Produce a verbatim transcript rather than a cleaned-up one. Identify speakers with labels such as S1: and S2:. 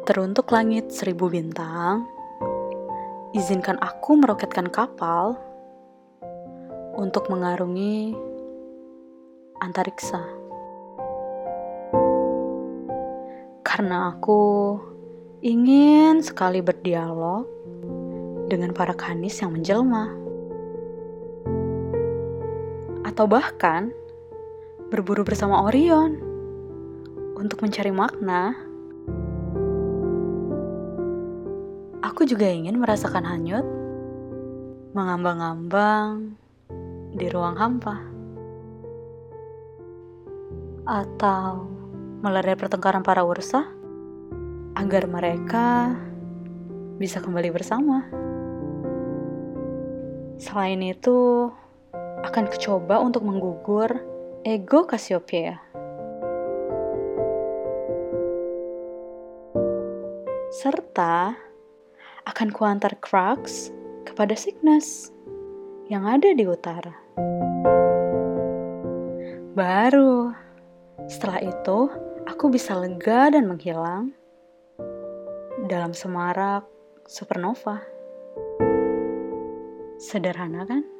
S1: Teruntuk langit seribu bintang, izinkan aku meroketkan kapal untuk mengarungi antariksa. Karena aku ingin sekali berdialog dengan para kanis yang menjelma. Atau bahkan berburu bersama Orion untuk mencari makna. Aku juga ingin merasakan hanyut, mengambang-ambang di ruang hampa. Atau melerai pertengkaran para ursa, agar mereka bisa kembali bersama. Selain itu, akan kucoba untuk menggugur ego Cassiopeia. Serta akan kuantar Crux kepada Cygnus yang ada di utara. Baru setelah itu aku bisa lega dan menghilang dalam semarak supernova. Sederhana kan?